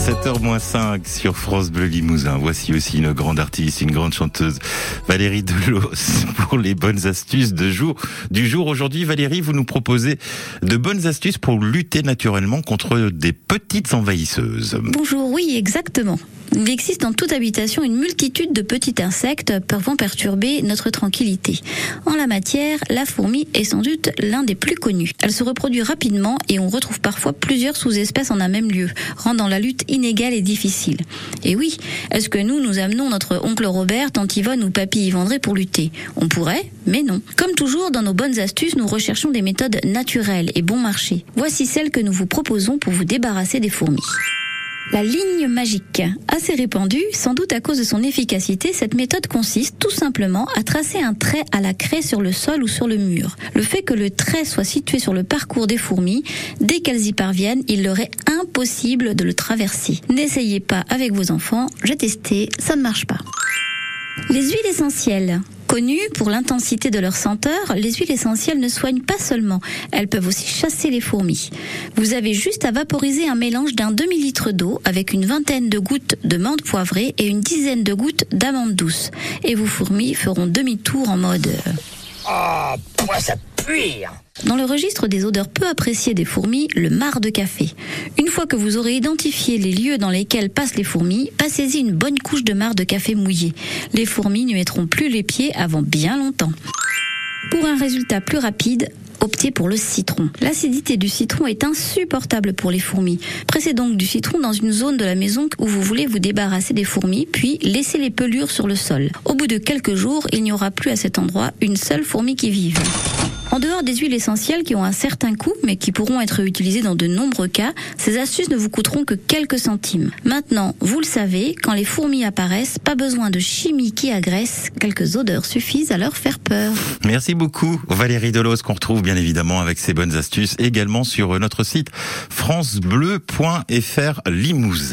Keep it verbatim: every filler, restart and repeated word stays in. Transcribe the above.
sept heures moins cinq sur France Bleu Limousin. Voici aussi une grande artiste, une grande chanteuse, Valérie Delos, pour les bonnes astuces de jour, du jour. Aujourd'hui, Valérie, vous nous proposez de bonnes astuces pour lutter naturellement contre des petites envahisseuses. Bonjour, oui, exactement. Il existe dans toute habitation une multitude de petits insectes pouvant perturber notre tranquillité. En la matière, la fourmi est sans doute l'un des plus connus. Elle se reproduit rapidement et on retrouve parfois plusieurs sous-espèces en un même lieu, rendant la lutte inégale et difficile. Et oui, est-ce que nous, nous amenons notre oncle Robert, tante Yvonne ou papy Yvandré pour lutter ? On pourrait, mais non. Comme toujours, dans nos bonnes astuces, nous recherchons des méthodes naturelles et bon marché. Voici celles que nous vous proposons pour vous débarrasser des fourmis. La ligne magique. Assez répandue, sans doute à cause de son efficacité, cette méthode consiste tout simplement à tracer un trait à la craie sur le sol ou sur le mur. Le fait que le trait soit situé sur le parcours des fourmis, dès qu'elles y parviennent, il leur est impossible de le traverser. N'essayez pas avec vos enfants, j'ai testé, ça ne marche pas. Les huiles essentielles. Connues pour l'intensité de leur senteur, les huiles essentielles ne soignent pas seulement, elles peuvent aussi chasser les fourmis. Vous avez juste à vaporiser un mélange d'un demi-litre d'eau avec une vingtaine de gouttes de menthe poivrée et une dizaine de gouttes d'amande douce. Et vos fourmis feront demi-tour en mode... Ah, oh, moi ça pue. Dans le registre des odeurs peu appréciées des fourmis, le marc de café. Une fois que vous aurez identifié les lieux dans lesquels passent les fourmis, passez-y une bonne couche de marc de café mouillé. Les fourmis n'y mettront plus les pieds avant bien longtemps. Pour un résultat plus rapide, optez pour le citron. L'acidité du citron est insupportable pour les fourmis. Pressez donc du citron dans une zone de la maison où vous voulez vous débarrasser des fourmis, puis laissez les pelures sur le sol. Au bout de quelques jours, il n'y aura plus à cet endroit une seule fourmi qui vive. En dehors des huiles essentielles qui ont un certain coût, mais qui pourront être utilisées dans de nombreux cas, ces astuces ne vous coûteront que quelques centimes. Maintenant, vous le savez, quand les fourmis apparaissent, pas besoin de chimie qui agresse, quelques odeurs suffisent à leur faire peur. Merci beaucoup Valérie Delos, qu'on retrouve bien évidemment avec ses bonnes astuces également sur notre site francebleu point fr Limousin.